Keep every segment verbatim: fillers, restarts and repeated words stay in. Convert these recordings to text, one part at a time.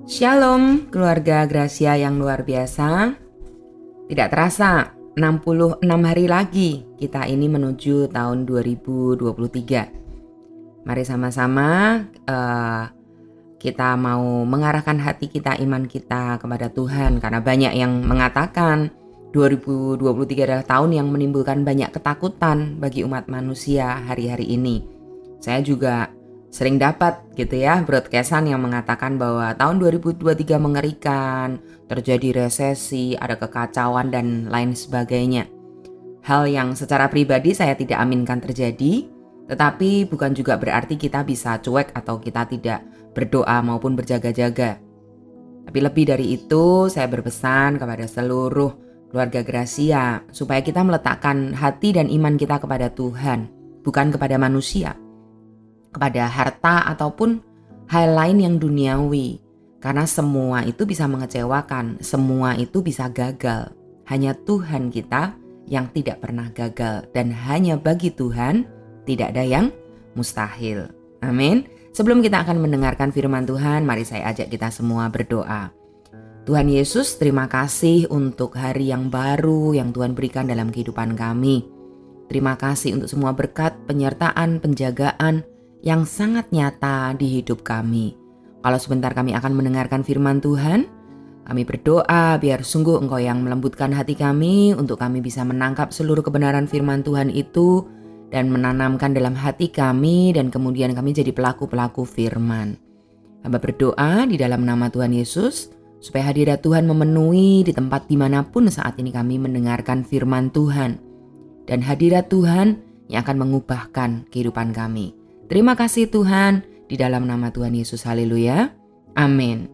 Shalom keluarga Gracia yang luar biasa. Tidak terasa enam puluh enam hari lagi kita ini menuju tahun dua ribu dua puluh tiga. Mari sama-sama uh, kita mau mengarahkan hati kita, iman kita kepada Tuhan. Karena banyak yang mengatakan dua ribu dua puluh tiga adalah tahun yang menimbulkan banyak ketakutan bagi umat manusia hari-hari ini. Saya juga sering dapat gitu ya broadcastan yang mengatakan bahwa tahun dua ribu dua puluh tiga mengerikan, terjadi resesi, ada kekacauan dan lain sebagainya. Hal yang secara pribadi saya tidak aminkan terjadi, tetapi bukan juga berarti kita bisa cuek atau kita tidak berdoa maupun berjaga-jaga. Tapi lebih dari itu, saya berpesan kepada seluruh keluarga Gracia supaya kita meletakkan hati dan iman kita kepada Tuhan, bukan kepada manusia, kepada harta ataupun hal lain yang duniawi. Karena semua itu bisa mengecewakan, semua itu bisa gagal. Hanya Tuhan kita yang tidak pernah gagal, dan hanya bagi Tuhan tidak ada yang mustahil. Amin. Sebelum kita akan mendengarkan firman Tuhan, mari saya ajak kita semua berdoa. Tuhan Yesus, terima kasih untuk hari yang baru yang Tuhan berikan dalam kehidupan kami. Terima kasih untuk semua berkat, penyertaan, penjagaan yang sangat nyata di hidup kami. Kalau sebentar kami akan mendengarkan firman Tuhan, kami berdoa biar sungguh Engkau yang melembutkan hati kami untuk kami bisa menangkap seluruh kebenaran firman Tuhan itu dan menanamkan dalam hati kami, dan kemudian kami jadi pelaku-pelaku firman. Hamba berdoa di dalam nama Tuhan Yesus supaya hadirat Tuhan memenuhi di tempat dimanapun saat ini kami mendengarkan firman Tuhan, dan hadirat Tuhan yang akan mengubahkan kehidupan kami. Terima kasih Tuhan, di dalam nama Tuhan Yesus, haleluya, amin.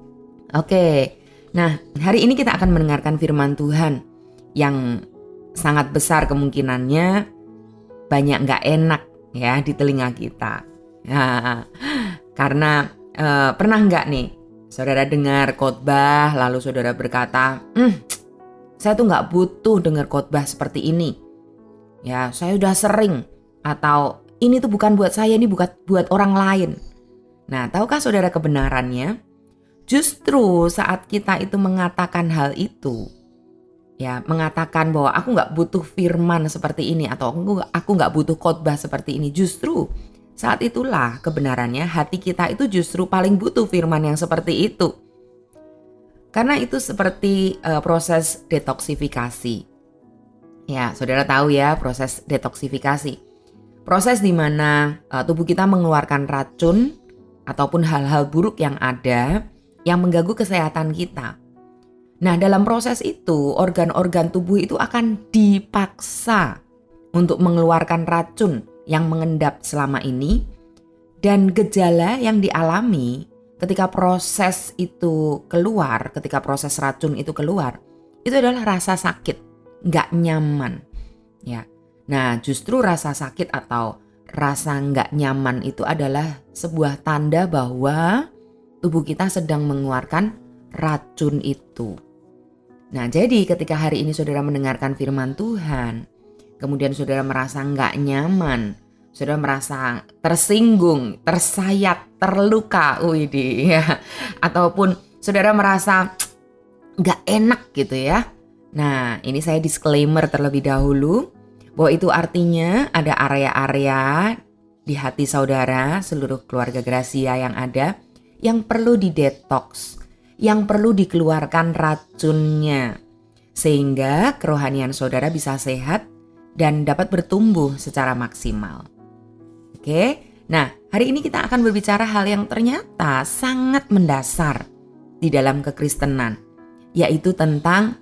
Oke, nah hari ini kita akan mendengarkan firman Tuhan yang sangat besar kemungkinannya banyak gak enak ya di telinga kita ya, karena eh, pernah gak nih saudara dengar khotbah lalu saudara berkata, hm, saya tuh gak butuh dengar khotbah seperti ini ya, saya udah sering, atau ini tuh bukan buat saya, ini bukan buat orang lain. Nah, tahukah saudara kebenarannya? Justru saat kita itu mengatakan hal itu, ya, mengatakan bahwa aku gak butuh firman seperti ini, atau aku, aku gak butuh khotbah seperti ini, justru saat itulah kebenarannya hati kita itu justru paling butuh firman yang seperti itu. Karena itu seperti uh, proses detoksifikasi. Ya, saudara tahu ya proses detoksifikasi. Proses di mana uh, tubuh kita mengeluarkan racun ataupun hal-hal buruk yang ada yang mengganggu kesehatan kita. Nah, dalam proses itu organ-organ tubuh itu akan dipaksa untuk mengeluarkan racun yang mengendap selama ini, dan gejala yang dialami ketika proses itu keluar, ketika proses racun itu keluar, itu adalah rasa sakit, nggak nyaman, ya. Nah, justru rasa sakit atau rasa nggak nyaman itu adalah sebuah tanda bahwa tubuh kita sedang mengeluarkan racun itu. Nah, jadi ketika hari ini saudara mendengarkan firman Tuhan, kemudian saudara merasa nggak nyaman, saudara merasa tersinggung, tersayat, terluka, widih, ya, ataupun saudara merasa nggak enak gitu ya. Nah, ini saya disclaimer terlebih dahulu, bahwa itu artinya ada area-area di hati saudara, seluruh keluarga Gracia yang ada, yang perlu didetoks, yang perlu dikeluarkan racunnya, sehingga kerohanian saudara bisa sehat dan dapat bertumbuh secara maksimal. Oke, nah hari ini kita akan berbicara hal yang ternyata sangat mendasar di dalam kekristenan, yaitu tentang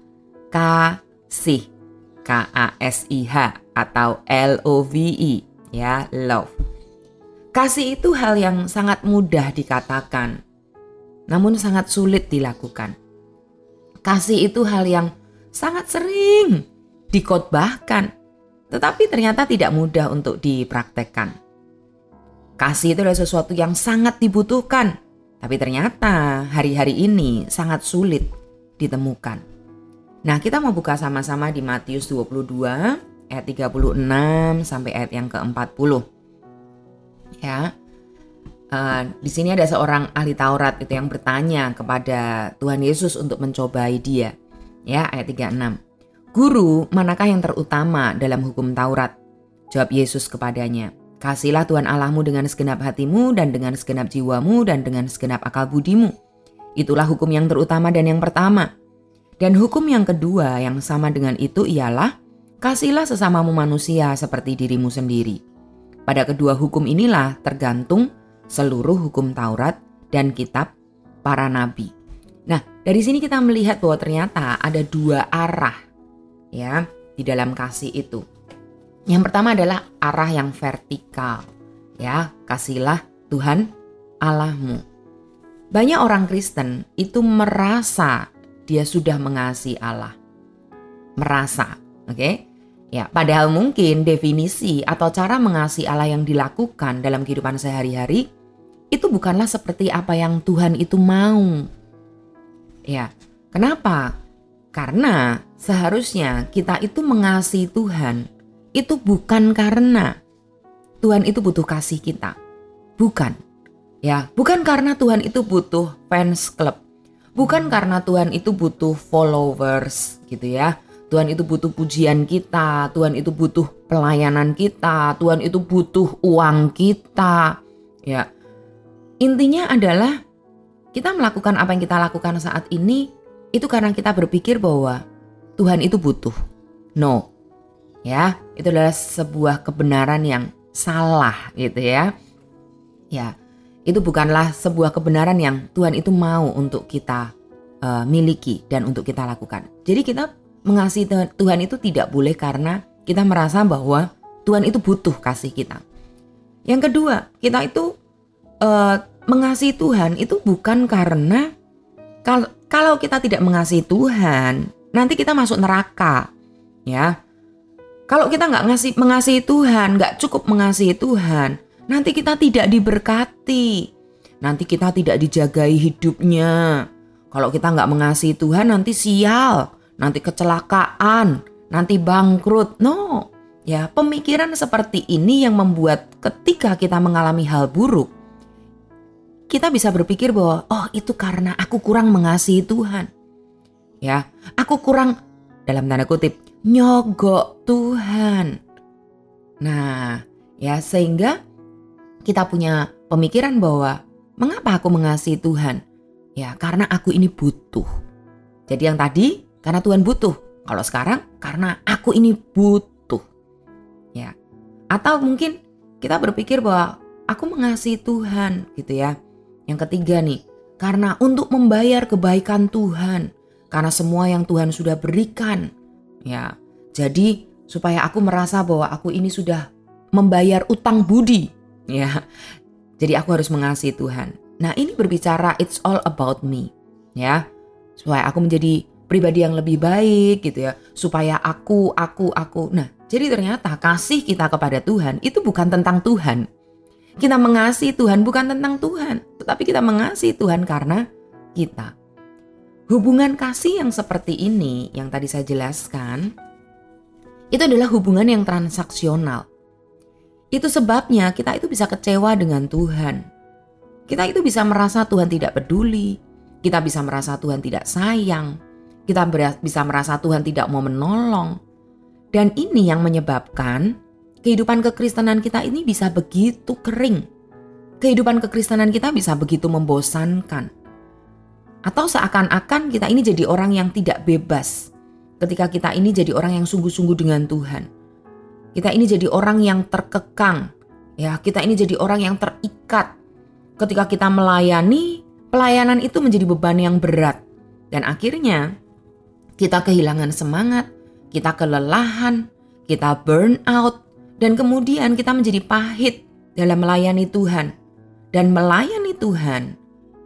kasih. K A S I H atau L O V E, ya, love. Kasih itu hal yang sangat mudah dikatakan, namun sangat sulit dilakukan. Kasih itu hal yang sangat sering dikhotbahkan, tetapi ternyata tidak mudah untuk dipraktekkan. Kasih itu adalah sesuatu yang sangat dibutuhkan, tapi ternyata hari-hari ini sangat sulit ditemukan. Nah, kita mau buka sama-sama di Matius dua puluh dua ayat tiga puluh enam sampai ayat yang keempat puluh. Ya. Uh, di sini ada seorang ahli Taurat itu yang bertanya kepada Tuhan Yesus untuk mencobai dia. Ya, ayat tiga puluh enam. Guru, manakah yang terutama dalam hukum Taurat? Jawab Yesus kepadanya, kasihlah Tuhan Allahmu dengan segenap hatimu dan dengan segenap jiwamu dan dengan segenap akal budimu. Itulah hukum yang terutama dan yang pertama. Dan hukum yang kedua yang sama dengan itu ialah, kasihlah sesamamu manusia seperti dirimu sendiri. Pada kedua hukum inilah tergantung seluruh hukum Taurat dan kitab para nabi. Nah, dari sini kita melihat bahwa ternyata ada dua arah ya di dalam kasih itu. Yang pertama adalah arah yang vertikal. Ya, kasihlah Tuhan Allahmu. Banyak orang Kristen itu merasa dia sudah mengasihi Allah. Merasa, oke? Okay? Ya, padahal mungkin definisi atau cara mengasihi Allah yang dilakukan dalam kehidupan sehari-hari itu bukanlah seperti apa yang Tuhan itu mau. Ya, kenapa? Karena seharusnya kita itu mengasihi Tuhan itu bukan karena Tuhan itu butuh kasih kita. Bukan. Ya, bukan karena Tuhan itu butuh fans club. Bukan karena Tuhan itu butuh followers gitu ya. Tuhan itu butuh pujian kita, Tuhan itu butuh pelayanan kita, Tuhan itu butuh uang kita. Ya. Intinya adalah kita melakukan apa yang kita lakukan saat ini itu karena kita berpikir bahwa Tuhan itu butuh. No. Ya, itu adalah sebuah kebenaran yang salah gitu ya. Ya, itu bukanlah sebuah kebenaran yang Tuhan itu mau untuk kita uh, miliki dan untuk kita lakukan. Jadi kita mengasihi Tuhan itu tidak boleh karena kita merasa bahwa Tuhan itu butuh kasih kita. Yang kedua, kita itu uh, mengasihi Tuhan itu bukan karena kal- kalau kita tidak mengasihi Tuhan, nanti kita masuk neraka. Ya, kalau kita nggak ngasih mengasihi Tuhan, nggak cukup mengasihi Tuhan, nanti kita tidak diberkati, nanti kita tidak dijagai hidupnya. Kalau kita nggak mengasihi Tuhan, nanti sial. Nanti kecelakaan, nanti bangkrut. No, ya pemikiran seperti ini yang membuat ketika kita mengalami hal buruk, kita bisa berpikir bahwa oh itu karena aku kurang mengasihi Tuhan. Ya, aku kurang dalam tanda kutip nyogok Tuhan. Nah, ya sehingga kita punya pemikiran bahwa mengapa aku mengasihi Tuhan? Ya karena aku ini butuh. Jadi yang tadi karena Tuhan butuh. Kalau sekarang karena aku ini butuh. Ya. Atau mungkin kita berpikir bahwa aku mengasihi Tuhan gitu ya. Yang ketiga nih, karena untuk membayar kebaikan Tuhan. Karena semua yang Tuhan sudah berikan. Ya. Jadi supaya aku merasa bahwa aku ini sudah membayar utang budi. Ya. Jadi aku harus mengasihi Tuhan. Nah, ini berbicara it's all about me. Ya. Supaya aku menjadi pribadi yang lebih baik gitu ya, supaya aku, aku, aku. Nah, jadi ternyata kasih kita kepada Tuhan itu bukan tentang Tuhan. Kita mengasihi Tuhan bukan tentang Tuhan, tetapi kita mengasihi Tuhan karena kita. Hubungan kasih yang seperti ini, yang tadi saya jelaskan, itu adalah hubungan yang transaksional. Itu sebabnya kita itu bisa kecewa dengan Tuhan. Kita itu bisa merasa Tuhan tidak peduli, kita bisa merasa Tuhan tidak sayang, kita bisa merasa Tuhan tidak mau menolong. Dan ini yang menyebabkan kehidupan kekristenan kita ini bisa begitu kering. Kehidupan kekristenan kita bisa begitu membosankan. Atau seakan-akan kita ini jadi orang yang tidak bebas. Ketika kita ini jadi orang yang sungguh-sungguh dengan Tuhan. Kita ini jadi orang yang terkekang. Ya, kita ini jadi orang yang terikat. Ketika kita melayani, pelayanan itu menjadi beban yang berat. Dan akhirnya kita kehilangan semangat, kita kelelahan, kita burn out, dan kemudian kita menjadi pahit dalam melayani Tuhan. Dan melayani Tuhan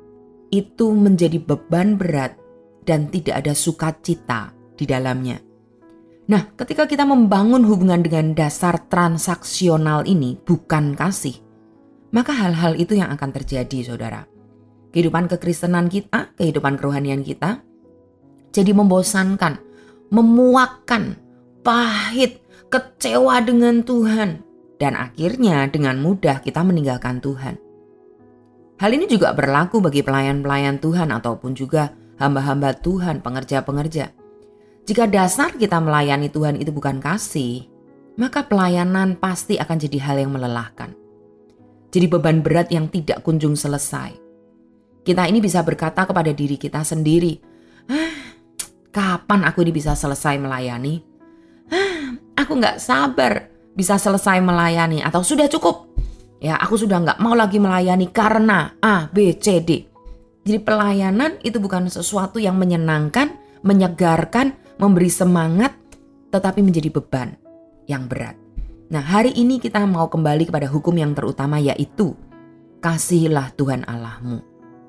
itu menjadi beban berat dan tidak ada sukacita di dalamnya. Nah, ketika kita membangun hubungan dengan dasar transaksional ini bukan kasih, maka hal-hal itu yang akan terjadi, saudara. Kehidupan kekristenan kita, kehidupan kerohanian kita jadi membosankan, memuakkan, pahit, kecewa dengan Tuhan. Dan akhirnya dengan mudah kita meninggalkan Tuhan. Hal ini juga berlaku bagi pelayan-pelayan Tuhan ataupun juga hamba-hamba Tuhan, pengerja-pengerja. Jika dasar kita melayani Tuhan itu bukan kasih, maka pelayanan pasti akan jadi hal yang melelahkan. Jadi beban berat yang tidak kunjung selesai. Kita ini bisa berkata kepada diri kita sendiri, ah, kapan aku ini bisa selesai melayani? Ah, aku gak sabar bisa selesai melayani, atau sudah cukup. Ya, aku sudah gak mau lagi melayani karena A, B, C, D. Jadi pelayanan itu bukan sesuatu yang menyenangkan, menyegarkan, memberi semangat, tetapi menjadi beban yang berat. Nah, hari ini kita mau kembali kepada hukum yang terutama, yaitu kasihilah Tuhan Allahmu.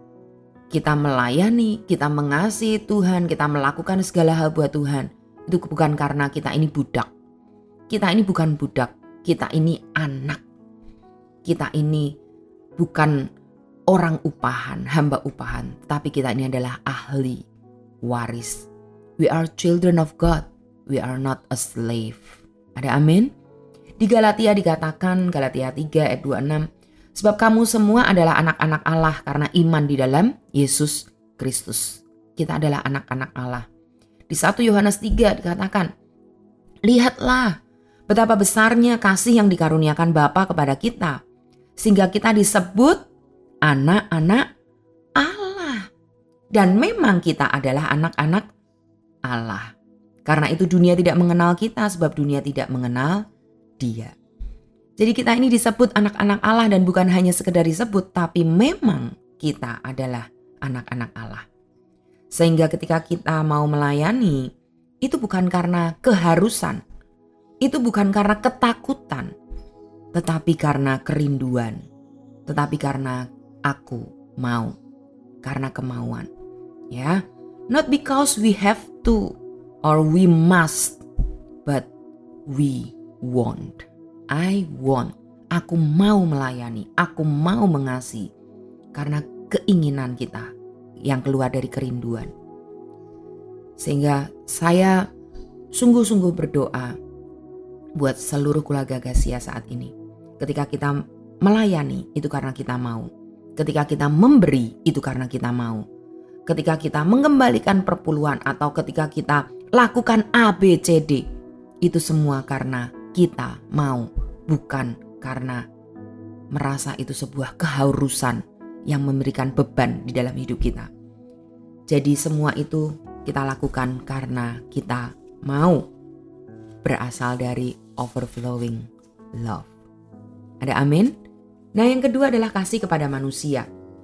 Kita melayani, kita mengasihi Tuhan, kita melakukan segala hal buat Tuhan. Itu bukan karena kita ini budak. Kita ini bukan budak, kita ini anak. Kita ini bukan orang upahan, hamba upahan, tapi kita ini adalah ahli waris. We are children of God, we are not a slave. Ada amin? Di Galatia dikatakan, Galatia tiga ayat dua puluh enam, sebab kamu semua adalah anak-anak Allah karena iman di dalam Yesus Kristus. Kita adalah anak-anak Allah. Di satu Yohanes tiga dikatakan, lihatlah betapa besarnya kasih yang dikaruniakan Bapa kepada kita, sehingga kita disebut anak-anak Allah. Dan memang kita adalah anak-anak Allah. Karena itu dunia tidak mengenal kita, sebab dunia tidak mengenal Dia. Jadi kita ini disebut anak-anak Allah, dan bukan hanya sekedar disebut, tapi memang kita adalah anak-anak Allah. Sehingga ketika kita mau melayani, itu bukan karena keharusan, itu bukan karena ketakutan, tetapi karena kerinduan, tetapi karena aku mau, karena kemauan. Ya, not because we have to or we must, but we want. I want. Aku mau melayani, aku mau mengasihi, karena keinginan kita yang keluar dari kerinduan. Sehingga saya sungguh-sungguh berdoa buat seluruh keluarga Gasia saat ini. Ketika kita melayani, itu karena kita mau. Ketika kita memberi, itu karena kita mau. Ketika kita mengembalikan perpuluhan, atau ketika kita lakukan A, B, C, D, itu semua karena kita mau, bukan karena merasa itu sebuah keharusan yang memberikan beban di dalam hidup kita. Jadi semua itu kita lakukan karena kita mau, berasal dari overflowing love. Ada amin? Nah, yang kedua adalah kasih kepada manusia.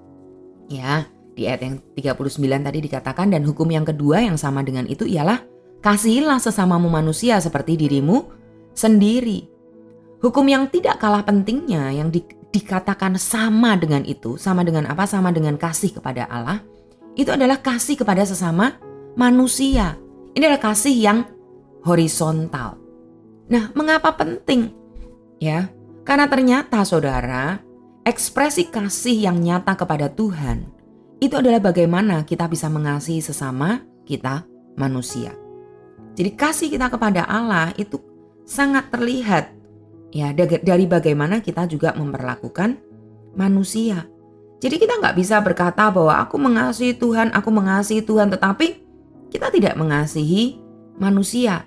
Ya, di ayat yang tiga puluh sembilan tadi dikatakan, dan hukum yang kedua yang sama dengan itu ialah kasihilah sesamamu manusia seperti dirimu sendiri. Hukum yang tidak kalah pentingnya yang di, dikatakan sama dengan itu, sama dengan apa? Sama dengan kasih kepada Allah, itu adalah kasih kepada sesama manusia. Ini adalah kasih yang horizontal. Nah, mengapa penting? Ya, karena ternyata saudara, ekspresi kasih yang nyata kepada Tuhan itu adalah bagaimana kita bisa mengasihi sesama kita manusia. Jadi kasih kita kepada Allah itu sangat terlihat ya dari bagaimana kita juga memperlakukan manusia. Jadi kita nggak bisa berkata bahwa aku mengasihi Tuhan, aku mengasihi Tuhan, tetapi kita tidak mengasihi manusia.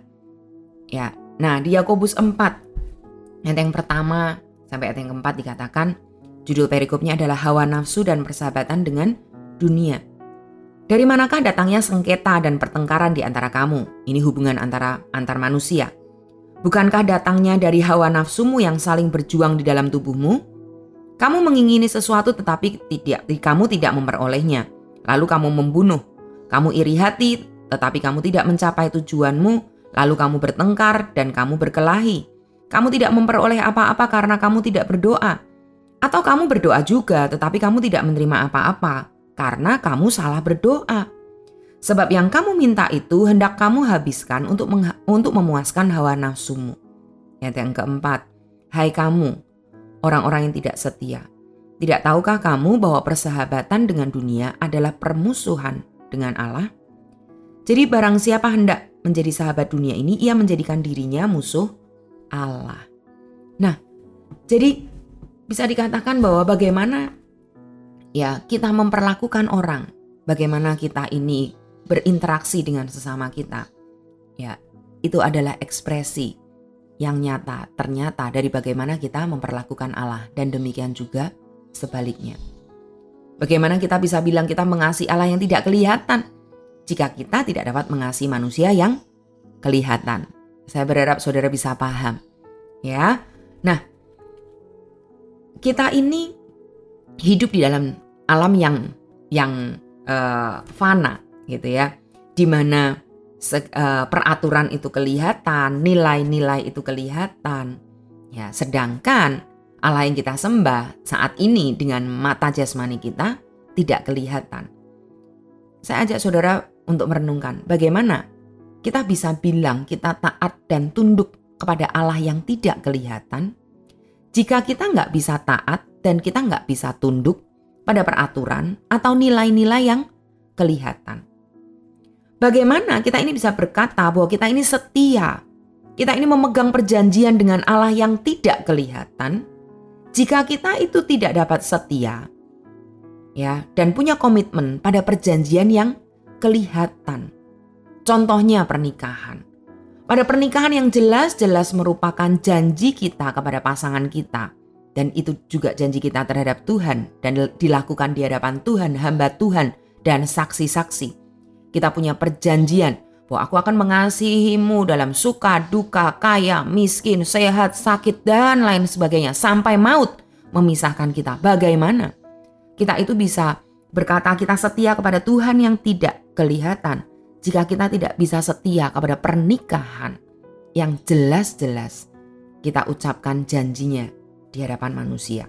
Ya, nah di Yakobus empat ayat yang pertama sampai ayat yang keempat dikatakan, judul perikopnya adalah hawa nafsu dan persahabatan dengan dunia. Dari manakah datangnya sengketa dan pertengkaran di antara kamu? Ini hubungan antara antar manusia. Bukankah datangnya dari hawa nafsumu yang saling berjuang di dalam tubuhmu? Kamu mengingini sesuatu tetapi tidak, kamu tidak memperolehnya. Lalu kamu membunuh. Kamu iri hati tetapi kamu tidak mencapai tujuanmu. Lalu kamu bertengkar dan kamu berkelahi. Kamu tidak memperoleh apa-apa karena kamu tidak berdoa. Atau kamu berdoa juga tetapi kamu tidak menerima apa-apa karena kamu salah berdoa. Sebab yang kamu minta itu hendak kamu habiskan untuk mengha- untuk memuaskan hawa nafsumu. Ayat yang keempat, hai kamu, orang-orang yang tidak setia. Tidak tahukah kamu bahwa persahabatan dengan dunia adalah permusuhan dengan Allah? Jadi barang siapa hendak menjadi sahabat dunia ini, ia menjadikan dirinya musuh Allah. Nah, jadi bisa dikatakan bahwa bagaimana ya kita memperlakukan orang, bagaimana kita ini berinteraksi dengan sesama kita. Ya, itu adalah ekspresi yang nyata ternyata dari bagaimana kita memperlakukan Allah, dan demikian juga sebaliknya. Bagaimana kita bisa bilang kita mengasihi Allah yang tidak kelihatan jika kita tidak dapat mengasihi manusia yang kelihatan. Saya berharap saudara bisa paham. Ya. Nah, kita ini hidup di dalam alam yang yang uh, fana gitu ya. Di mana se, uh, peraturan itu kelihatan, nilai-nilai itu kelihatan. Ya, sedangkan Allah yang kita sembah saat ini dengan mata jasmani kita tidak kelihatan. Saya ajak saudara untuk merenungkan bagaimana kita bisa bilang kita taat dan tunduk kepada Allah yang tidak kelihatan jika kita nggak bisa taat dan kita nggak bisa tunduk pada peraturan atau nilai-nilai yang kelihatan. Bagaimana kita ini bisa berkata bahwa kita ini setia, kita ini memegang perjanjian dengan Allah yang tidak kelihatan jika kita itu tidak dapat setia, ya, dan punya komitmen pada perjanjian yang kelihatan. Contohnya pernikahan. Pada pernikahan yang jelas-jelas merupakan janji kita kepada pasangan kita. Dan itu juga janji kita terhadap Tuhan. Dan dilakukan di hadapan Tuhan, hamba Tuhan, dan saksi-saksi. Kita punya perjanjian bahwa aku akan mengasihimu dalam suka, duka, kaya, miskin, sehat, sakit, dan lain sebagainya. Sampai maut memisahkan kita. Bagaimana kita itu bisa berkata kita setia kepada Tuhan yang tidak kelihatan jika kita tidak bisa setia kepada pernikahan yang jelas-jelas kita ucapkan janjinya di hadapan manusia.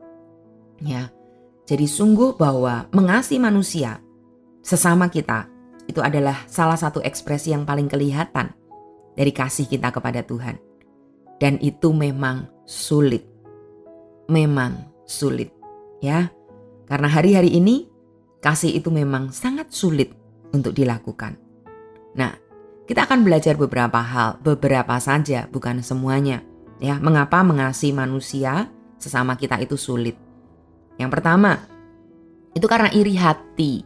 Ya, jadi sungguh bahwa mengasihi manusia sesama kita itu adalah salah satu ekspresi yang paling kelihatan dari kasih kita kepada Tuhan. Dan itu memang sulit. Memang sulit, ya. Karena hari-hari ini kasih itu memang sangat sulit untuk dilakukan. Nah, kita akan belajar beberapa hal, beberapa saja, bukan semuanya. Ya, mengapa mengasihi manusia sesama kita itu sulit? Yang pertama, itu karena iri hati.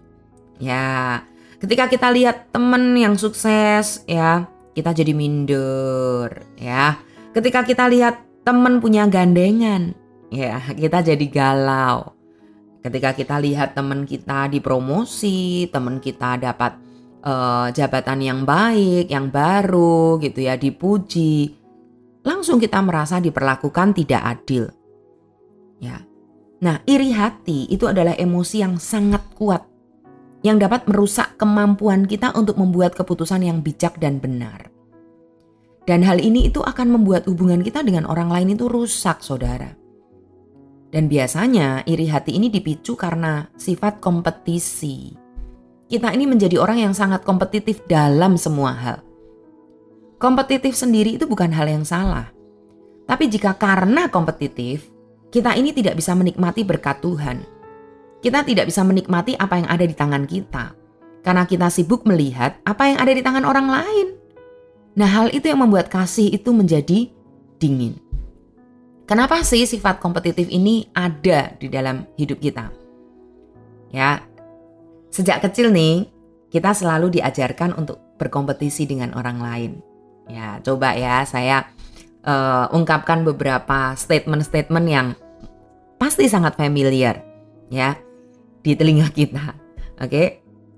Ya, ketika kita lihat teman yang sukses, ya, kita jadi minder. Ya, ketika kita lihat teman punya gandengan, ya, kita jadi galau. Ketika kita lihat teman kita dipromosi, teman kita dapat Uh, jabatan yang baik, yang baru gitu ya, dipuji, langsung kita merasa diperlakukan tidak adil. Ya. Nah, iri hati itu adalah emosi yang sangat kuat yang dapat merusak kemampuan kita untuk membuat keputusan yang bijak dan benar. Dan hal ini itu akan membuat hubungan kita dengan orang lain itu rusak, saudara. Dan biasanya iri hati ini dipicu karena sifat kompetisi. Kita ini menjadi orang yang sangat kompetitif dalam semua hal. Kompetitif sendiri itu bukan hal yang salah. Tapi jika karena kompetitif, kita ini tidak bisa menikmati berkat Tuhan. Kita tidak bisa menikmati apa yang ada di tangan kita. Karena kita sibuk melihat apa yang ada di tangan orang lain. Nah, hal itu yang membuat kasih itu menjadi dingin. Kenapa sih sifat kompetitif ini ada di dalam hidup kita? Ya, sejak kecil nih, kita selalu diajarkan untuk berkompetisi dengan orang lain. Ya, coba ya saya uh, ungkapkan beberapa statement-statement yang pasti sangat familiar ya di telinga kita. Oke, okay?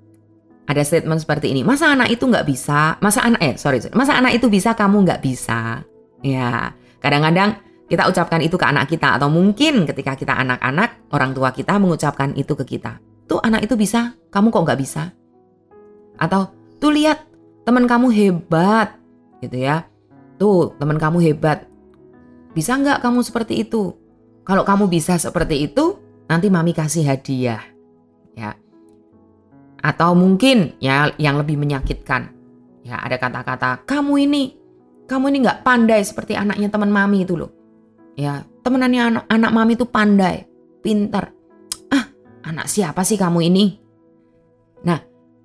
Ada statement seperti ini. Masa anak itu nggak bisa? Masa anak eh sorry, sorry, masa anak itu bisa, kamu nggak bisa? Ya, kadang-kadang kita ucapkan itu ke anak kita, atau mungkin ketika kita anak-anak, orang tua kita mengucapkan itu ke kita. Tuh anak itu bisa, kamu kok nggak bisa? Atau tuh lihat teman kamu hebat, gitu ya. Tuh teman kamu hebat, bisa nggak kamu seperti itu? Kalau kamu bisa seperti itu, nanti mami kasih hadiah, ya. Atau mungkin ya yang lebih menyakitkan, ya ada kata-kata kamu ini, kamu ini nggak pandai seperti anaknya teman mami itu loh. Ya, temenannya anak, anak mami itu pandai, pintar. Ah, anak siapa sih kamu ini? Nah,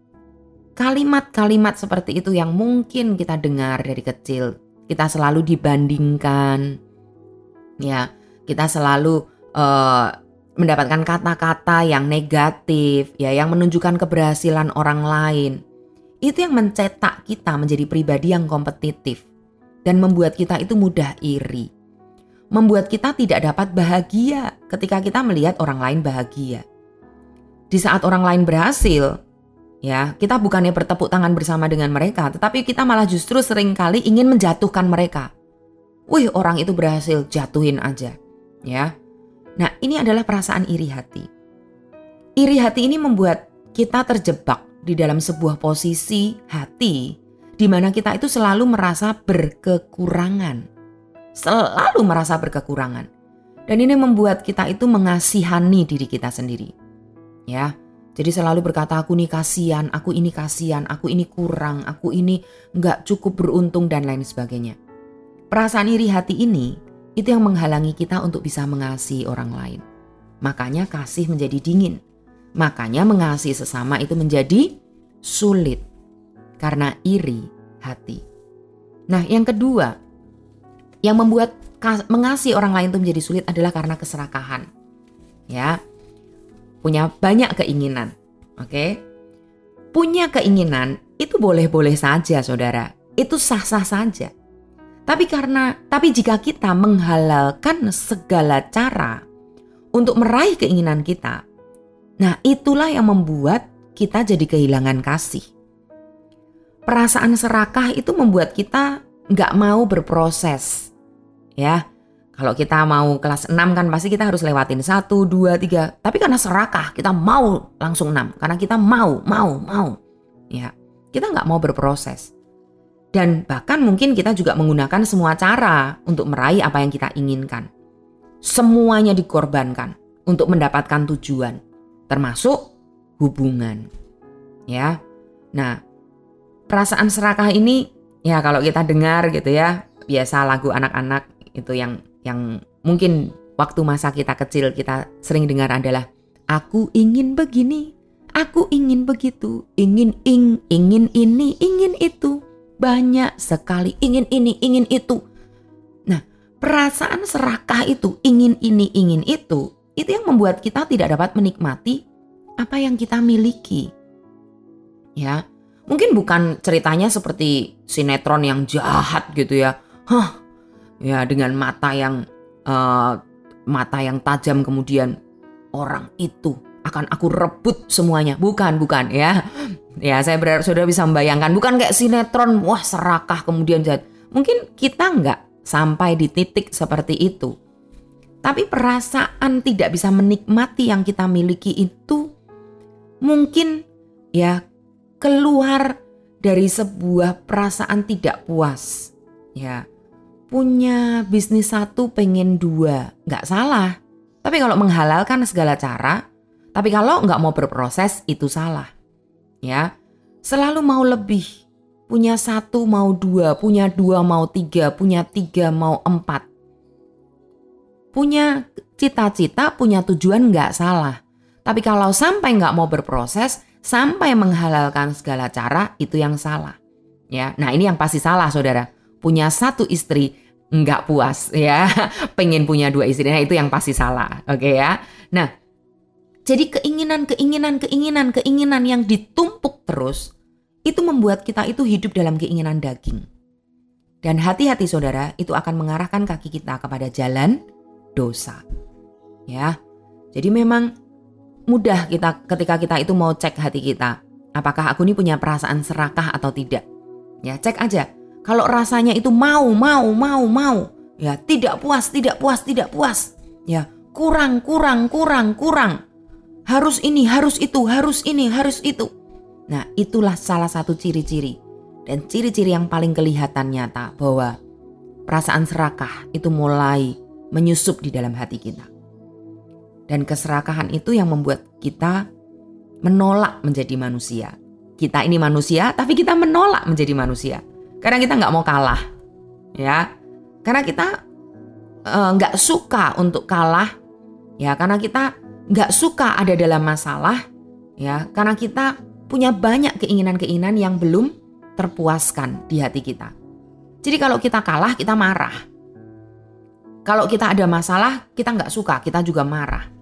kalimat-kalimat seperti itu yang mungkin kita dengar dari kecil, kita selalu dibandingkan, ya, kita selalu uh, mendapatkan kata-kata yang negatif, ya, yang menunjukkan keberhasilan orang lain. Itu yang mencetak kita menjadi pribadi yang kompetitif dan membuat kita itu mudah iri. Membuat kita tidak dapat bahagia ketika kita melihat orang lain bahagia. Di saat orang lain berhasil, ya, kita bukannya bertepuk tangan bersama dengan mereka, tetapi kita malah justru seringkali ingin menjatuhkan mereka. Wih, orang itu berhasil, jatuhin aja, ya. Nah, ini adalah perasaan iri hati. Iri hati ini membuat kita terjebak di dalam sebuah posisi hati di mana kita itu selalu merasa berkekurangan. Selalu merasa berkekurangan. Dan ini membuat kita itu mengasihani diri kita sendiri. Ya, jadi selalu berkata, aku ini kasihan, aku ini kasihan, aku ini kurang, aku ini nggak cukup beruntung dan lain sebagainya. Perasaan iri hati ini itu yang menghalangi kita untuk bisa mengasihi orang lain. Makanya kasih menjadi dingin. Makanya mengasihi sesama itu menjadi sulit. Karena iri hati. Nah, yang kedua, yang membuat mengasihi orang lain itu menjadi sulit adalah karena keserakahan. Ya, punya banyak keinginan. Oke, punya keinginan itu boleh-boleh saja, saudara. Itu sah-sah saja. Tapi karena, tapi jika kita menghalalkan segala cara untuk meraih keinginan kita, nah itulah yang membuat kita jadi kehilangan kasih. Perasaan serakah itu membuat kita nggak mau berproses. Ya, kalau kita mau kelas enam kan pasti kita harus lewatin satu, dua, tiga. Tapi karena serakah kita mau langsung enam. Karena kita mau, mau, mau. Ya, kita nggak mau berproses. Dan bahkan mungkin kita juga menggunakan semua cara untuk meraih apa yang kita inginkan. Semuanya dikorbankan untuk mendapatkan tujuan, termasuk hubungan. Ya. Nah, perasaan serakah ini ya kalau kita dengar gitu ya, biasa lagu anak-anak itu yang yang mungkin waktu masa kita kecil kita sering dengar adalah aku ingin begini, aku ingin begitu, ingin ing, ingin ini, ingin itu. Banyak sekali ingin ini, ingin itu. Nah, perasaan serakah itu, ingin ini, ingin itu, itu yang membuat kita tidak dapat menikmati apa yang kita miliki. Ya, mungkin bukan ceritanya seperti sinetron yang jahat gitu ya. Hah, ya dengan mata yang uh, mata yang tajam, kemudian orang itu akan aku rebut semuanya. Bukan, bukan ya. Ya, saya berharap saudara bisa membayangkan. Bukan kayak sinetron, wah serakah kemudian jahat. Mungkin kita nggak sampai di titik seperti itu. Tapi perasaan tidak bisa menikmati yang kita miliki itu mungkin ya keluar dari sebuah perasaan tidak puas. Ya, punya bisnis satu pengen dua, nggak salah. Tapi kalau menghalalkan segala cara, tapi kalau nggak mau berproses itu salah. Ya, selalu mau lebih, punya satu mau dua, punya dua mau tiga, punya tiga mau empat. Punya cita-cita, punya tujuan nggak salah. Tapi kalau sampai nggak mau berproses, sampai menghalalkan segala cara, itu yang salah. Ya, nah ini yang pasti salah, saudara. Punya satu istri nggak puas, ya, pengen punya dua istri, nah itu yang pasti salah, oke ya. Nah. Jadi keinginan, keinginan, keinginan, keinginan yang ditumpuk terus, itu membuat kita itu hidup dalam keinginan daging. Dan hati-hati saudara, itu akan mengarahkan kaki kita kepada jalan dosa. Ya, jadi memang mudah kita ketika kita itu mau cek hati kita. Apakah aku ini punya perasaan serakah atau tidak? Ya, cek aja. Kalau rasanya itu mau, mau, mau, mau. Ya, tidak puas, tidak puas, tidak puas. Ya, kurang, kurang, kurang, kurang. Harus ini, harus itu, harus ini, harus itu. Nah, itulah salah satu ciri-ciri. Dan ciri-ciri yang paling kelihatan nyata bahwa perasaan serakah itu mulai menyusup di dalam hati kita. Dan keserakahan itu yang membuat kita menolak menjadi manusia. Kita ini manusia, tapi kita menolak menjadi manusia. Karena kita nggak mau kalah. Ya, karena kita uh, nggak suka untuk kalah. Ya, karena kita nggak suka ada dalam masalah, ya, karena kita punya banyak keinginan-keinginan yang belum terpuaskan di hati kita. Jadi kalau kita kalah, kita marah. Kalau kita ada masalah, kita nggak suka, kita juga marah.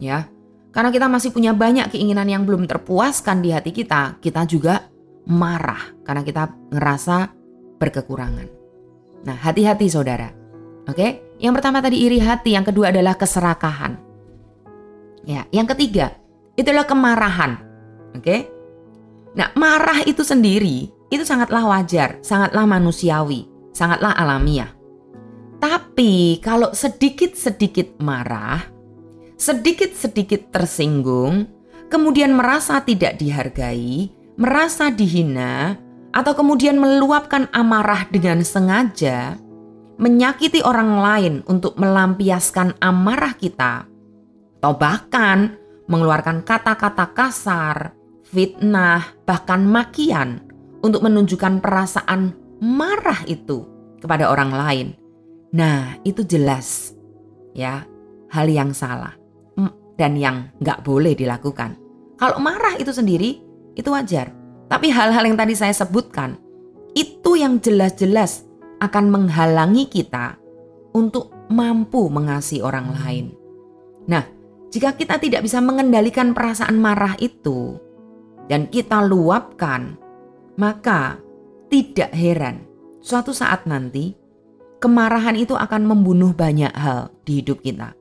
Ya. Karena kita masih punya banyak keinginan yang belum terpuaskan di hati kita, kita juga marah karena kita ngerasa berkekurangan. Nah, hati-hati saudara. Oke? Yang pertama tadi iri hati, yang kedua adalah keserakahan. Ya, yang ketiga itulah kemarahan. Oke? Nah, marah itu sendiri itu sangatlah wajar, sangatlah manusiawi, sangatlah alamiah. Tapi kalau sedikit-sedikit marah, sedikit-sedikit tersinggung, kemudian merasa tidak dihargai, merasa dihina, atau kemudian meluapkan amarah dengan sengaja, menyakiti orang lain untuk melampiaskan amarah kita, atau bahkan mengeluarkan kata-kata kasar, fitnah, bahkan makian untuk menunjukkan perasaan marah itu kepada orang lain. Nah, itu jelas ya hal yang salah dan yang gak boleh dilakukan. Kalau marah itu sendiri, itu wajar. Tapi hal-hal yang tadi saya sebutkan, itu yang jelas-jelas akan menghalangi kita untuk mampu mengasihi orang lain. Nah, jika kita tidak bisa mengendalikan perasaan marah itu, dan kita luapkan, maka tidak heran suatu saat nanti, kemarahan itu akan membunuh banyak hal di hidup kita.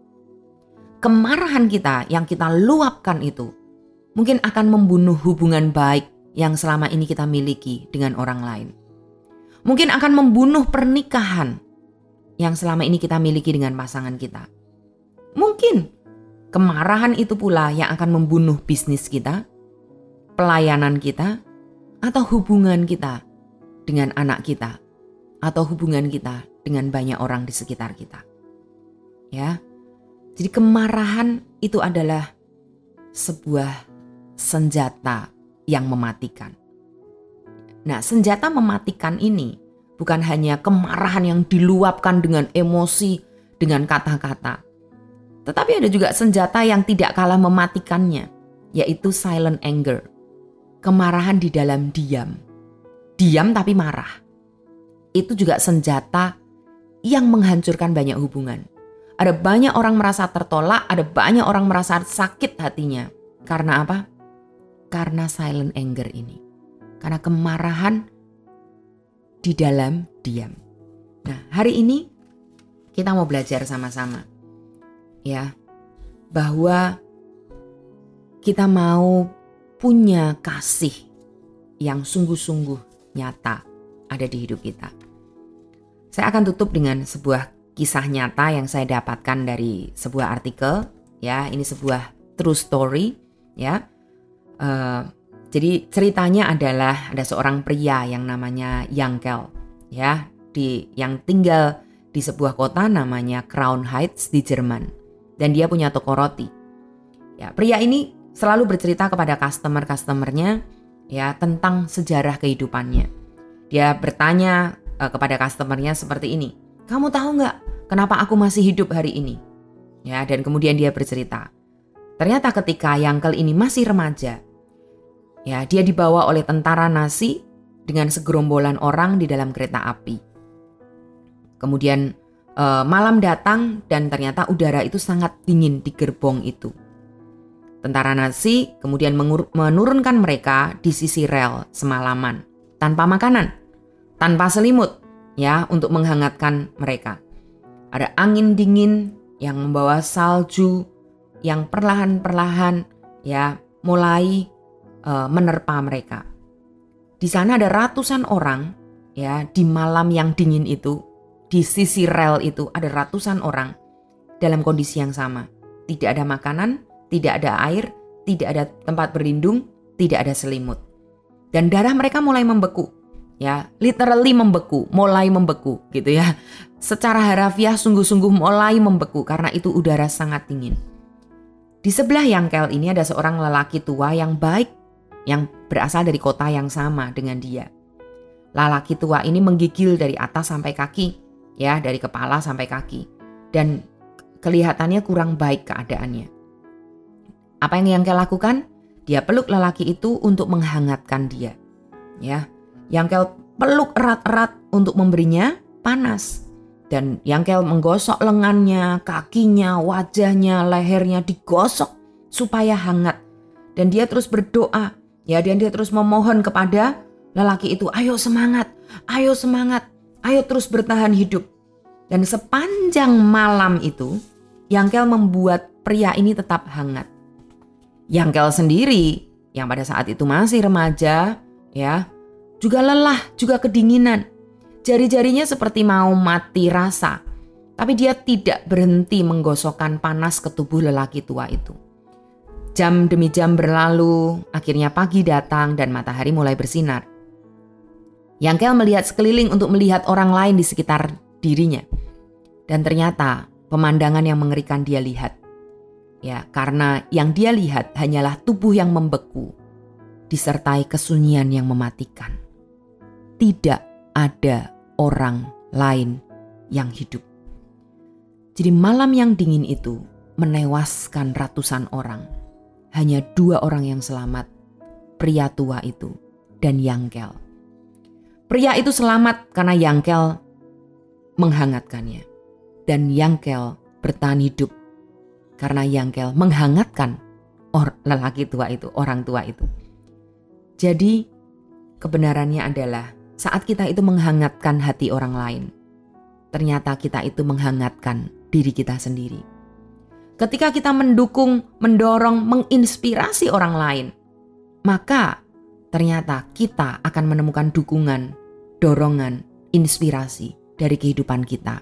Kemarahan kita yang kita luapkan itu mungkin akan membunuh hubungan baik yang selama ini kita miliki dengan orang lain. Mungkin akan membunuh pernikahan yang selama ini kita miliki dengan pasangan kita. Mungkin kemarahan itu pula yang akan membunuh bisnis kita, pelayanan kita, atau hubungan kita dengan anak kita, atau hubungan kita dengan banyak orang di sekitar kita. Ya. Jadi kemarahan itu adalah sebuah senjata yang mematikan. Nah, senjata mematikan ini bukan hanya kemarahan yang diluapkan dengan emosi, dengan kata-kata. Tetapi ada juga senjata yang tidak kalah mematikannya, yaitu silent anger. Kemarahan di dalam diam. Diam tapi marah. Itu juga senjata yang menghancurkan banyak hubungan. Ada banyak orang merasa tertolak, ada banyak orang merasa sakit hatinya. Karena apa? Karena silent anger ini. Karena kemarahan di dalam diam. Nah, hari ini kita mau belajar sama-sama. Ya, bahwa kita mau punya kasih yang sungguh-sungguh nyata ada di hidup kita. Saya akan tutup dengan sebuah kisah nyata yang saya dapatkan dari sebuah artikel. Ya, ini sebuah true story. Ya, uh, jadi ceritanya adalah ada seorang pria yang namanya Yankel. Ya, di yang tinggal di sebuah kota namanya Crown Heights di Jerman. Dan dia punya toko roti. Ya, pria ini selalu bercerita kepada customer-customernya ya tentang sejarah kehidupannya. Dia bertanya uh, kepada customernya seperti ini. Kamu tahu nggak kenapa aku masih hidup hari ini? Ya, dan kemudian dia bercerita. Ternyata ketika Yankel ini masih remaja, ya dia dibawa oleh tentara Nazi dengan segerombolan orang di dalam kereta api. Kemudian uh, malam datang dan ternyata udara itu sangat dingin di gerbong itu. Tentara Nazi kemudian mengur- menurunkan mereka di sisi rel semalaman tanpa makanan, tanpa selimut. Ya, untuk menghangatkan mereka. Ada angin dingin yang membawa salju yang perlahan-perlahan ya mulai uh, menerpa mereka. Di sana ada ratusan orang ya di malam yang dingin itu, di sisi rel itu ada ratusan orang dalam kondisi yang sama. Tidak ada makanan, tidak ada air, tidak ada tempat berlindung, tidak ada selimut. Dan darah mereka mulai membeku. Ya, literally membeku, mulai membeku gitu ya. Secara harafiah sungguh-sungguh mulai membeku karena itu udara sangat dingin. Di sebelah Yankel ini ada seorang lelaki tua yang baik yang berasal dari kota yang sama dengan dia. Lelaki tua ini menggigil dari atas sampai kaki, ya, dari kepala sampai kaki. Dan kelihatannya kurang baik keadaannya. Apa yang Yankel lakukan? Dia peluk lelaki itu untuk menghangatkan dia. Ya. Yankel peluk erat-erat untuk memberinya panas. Dan Yangkel menggosok lengannya, kakinya, wajahnya, lehernya digosok supaya hangat. Dan dia terus berdoa, ya, dan dia terus memohon kepada lelaki itu, ayo semangat, ayo semangat, ayo terus bertahan hidup. Dan sepanjang malam itu, Yangkel membuat pria ini tetap hangat. Yangkel sendiri, yang pada saat itu masih remaja, ya, juga lelah, juga kedinginan. Jari-jarinya seperti mau mati rasa, tapi dia tidak berhenti menggosokkan panas ke tubuh lelaki tua itu. Jam demi jam berlalu, akhirnya pagi datang dan matahari mulai bersinar. Yangkel melihat sekeliling untuk melihat orang lain di sekitar dirinya. Dan ternyata pemandangan yang mengerikan dia lihat. Ya, karena yang dia lihat hanyalah tubuh yang membeku, disertai kesunyian yang mematikan. Tidak ada orang lain yang hidup. Jadi malam yang dingin itu menewaskan ratusan orang. Hanya dua orang yang selamat, pria tua itu dan Yangkel. Pria itu selamat karena Yangkel menghangatkannya. Dan Yangkel bertahan hidup karena Yangkel menghangatkan or, lelaki tua itu, orang tua itu. Jadi kebenarannya adalah saat kita itu menghangatkan hati orang lain, ternyata kita itu menghangatkan diri kita sendiri. Ketika kita mendukung, mendorong, menginspirasi orang lain, maka ternyata kita akan menemukan dukungan, dorongan, inspirasi dari kehidupan kita.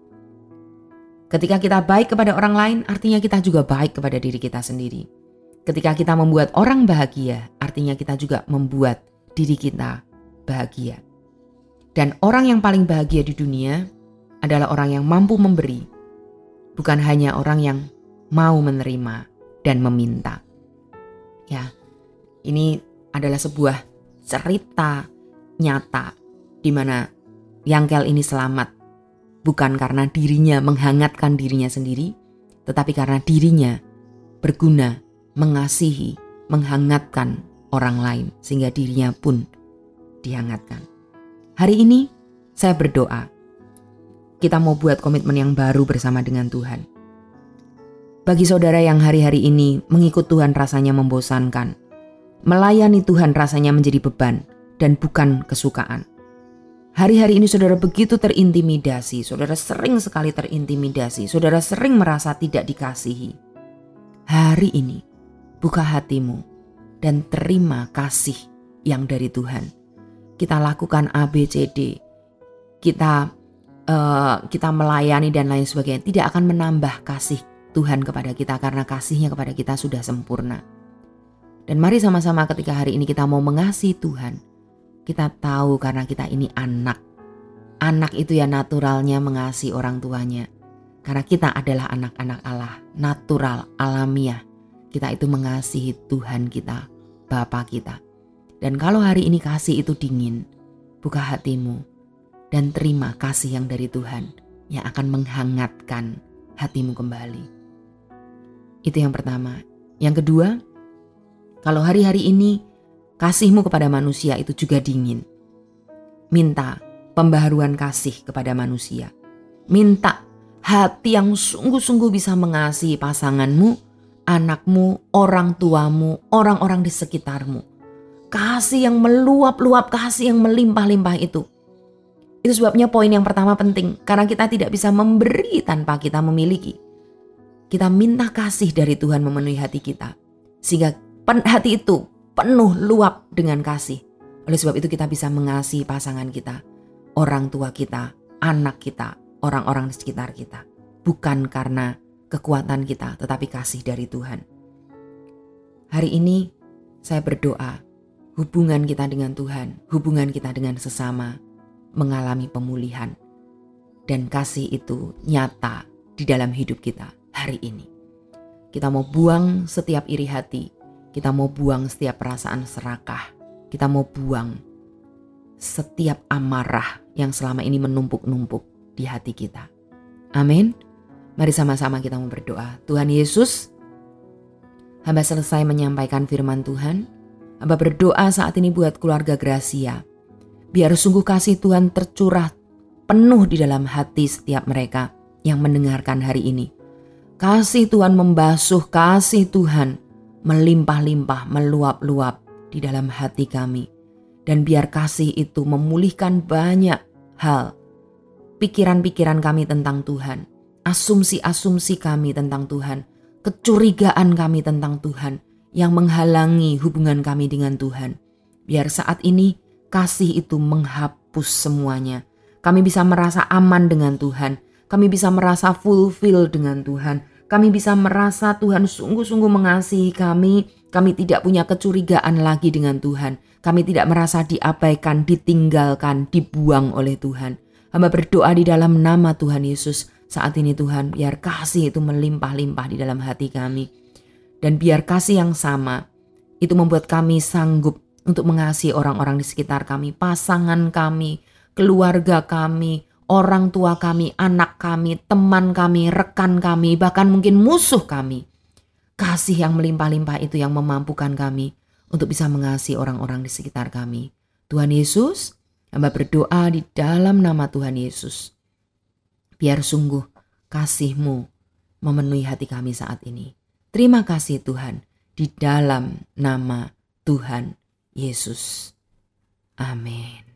Ketika kita baik kepada orang lain, artinya kita juga baik kepada diri kita sendiri. Ketika kita membuat orang bahagia, artinya kita juga membuat diri kita bahagia. Dan orang yang paling bahagia di dunia adalah orang yang mampu memberi, bukan hanya orang yang mau menerima dan meminta. Ya, ini adalah sebuah cerita nyata di mana Yangkel ini selamat, bukan karena dirinya menghangatkan dirinya sendiri, tetapi karena dirinya berguna, mengasihi, menghangatkan orang lain, sehingga dirinya pun dihangatkan. Hari ini saya berdoa, kita mau buat komitmen yang baru bersama dengan Tuhan. Bagi saudara yang hari-hari ini mengikut Tuhan rasanya membosankan, melayani Tuhan rasanya menjadi beban dan bukan kesukaan. Hari-hari ini saudara begitu terintimidasi, saudara sering sekali terintimidasi, saudara sering merasa tidak dikasihi. Hari ini buka hatimu dan terima kasih yang dari Tuhan. Kita lakukan A B C D, kita uh, kita melayani dan lain sebagainya, tidak akan menambah kasih Tuhan kepada kita karena kasihnya kepada kita sudah sempurna. Dan mari sama-sama ketika hari ini kita mau mengasihi Tuhan, kita tahu karena kita ini anak. Anak itu ya naturalnya mengasihi orang tuanya. Karena kita adalah anak-anak Allah, natural, alamiah. Kita itu mengasihi Tuhan kita, Bapa kita. Dan kalau hari ini kasih itu dingin, buka hatimu dan terima kasih yang dari Tuhan yang akan menghangatkan hatimu kembali. Itu yang pertama. Yang kedua, kalau hari-hari ini kasihmu kepada manusia itu juga dingin, minta pembaharuan kasih kepada manusia. Minta hati yang sungguh-sungguh bisa mengasihi pasanganmu, anakmu, orang tuamu, orang-orang di sekitarmu. Kasih yang meluap-luap, kasih yang melimpah-limpah itu. Itu sebabnya poin yang pertama penting, karena kita tidak bisa memberi tanpa kita memiliki. Kita minta kasih dari Tuhan memenuhi hati kita, sehingga hati itu penuh luap dengan kasih. Oleh sebab itu kita bisa mengasihi pasangan kita, orang tua kita, anak kita, orang-orang di sekitar kita. Bukan karena kekuatan kita, tetapi kasih dari Tuhan. Hari ini saya berdoa, hubungan kita dengan Tuhan, hubungan kita dengan sesama mengalami pemulihan. Dan kasih itu nyata di dalam hidup kita hari ini. Kita mau buang setiap iri hati, kita mau buang setiap perasaan serakah, kita mau buang setiap amarah yang selama ini menumpuk-numpuk di hati kita. Amin. Mari sama-sama kita mau berdoa. Tuhan Yesus, hamba selesai menyampaikan firman Tuhan. Hamba berdoa saat ini buat keluarga Gracia. Biar sungguh kasih Tuhan tercurah penuh di dalam hati setiap mereka yang mendengarkan hari ini. Kasih Tuhan membasuh, kasih Tuhan melimpah-limpah, meluap-luap di dalam hati kami. Dan biar kasih itu memulihkan banyak hal, pikiran-pikiran kami tentang Tuhan, asumsi-asumsi kami tentang Tuhan, kecurigaan kami tentang Tuhan yang menghalangi hubungan kami dengan Tuhan. Biar saat ini kasih itu menghapus semuanya. Kami bisa merasa aman dengan Tuhan. Kami bisa merasa fulfill dengan Tuhan. Kami bisa merasa Tuhan sungguh-sungguh mengasihi kami. Kami tidak punya kecurigaan lagi dengan Tuhan. Kami tidak merasa diabaikan, ditinggalkan, dibuang oleh Tuhan. Hamba berdoa di dalam nama Tuhan Yesus. Saat ini Tuhan, biar kasih itu melimpah-limpah di dalam hati kami. Dan biar kasih yang sama itu membuat kami sanggup untuk mengasihi orang-orang di sekitar kami, pasangan kami, keluarga kami, orang tua kami, anak kami, teman kami, rekan kami, bahkan mungkin musuh kami. Kasih yang melimpah-limpah itu yang memampukan kami untuk bisa mengasihi orang-orang di sekitar kami. Tuhan Yesus, hamba berdoa di dalam nama Tuhan Yesus. Biar sungguh kasih-Mu memenuhi hati kami saat ini. Terima kasih Tuhan, di dalam nama Tuhan Yesus. Amin.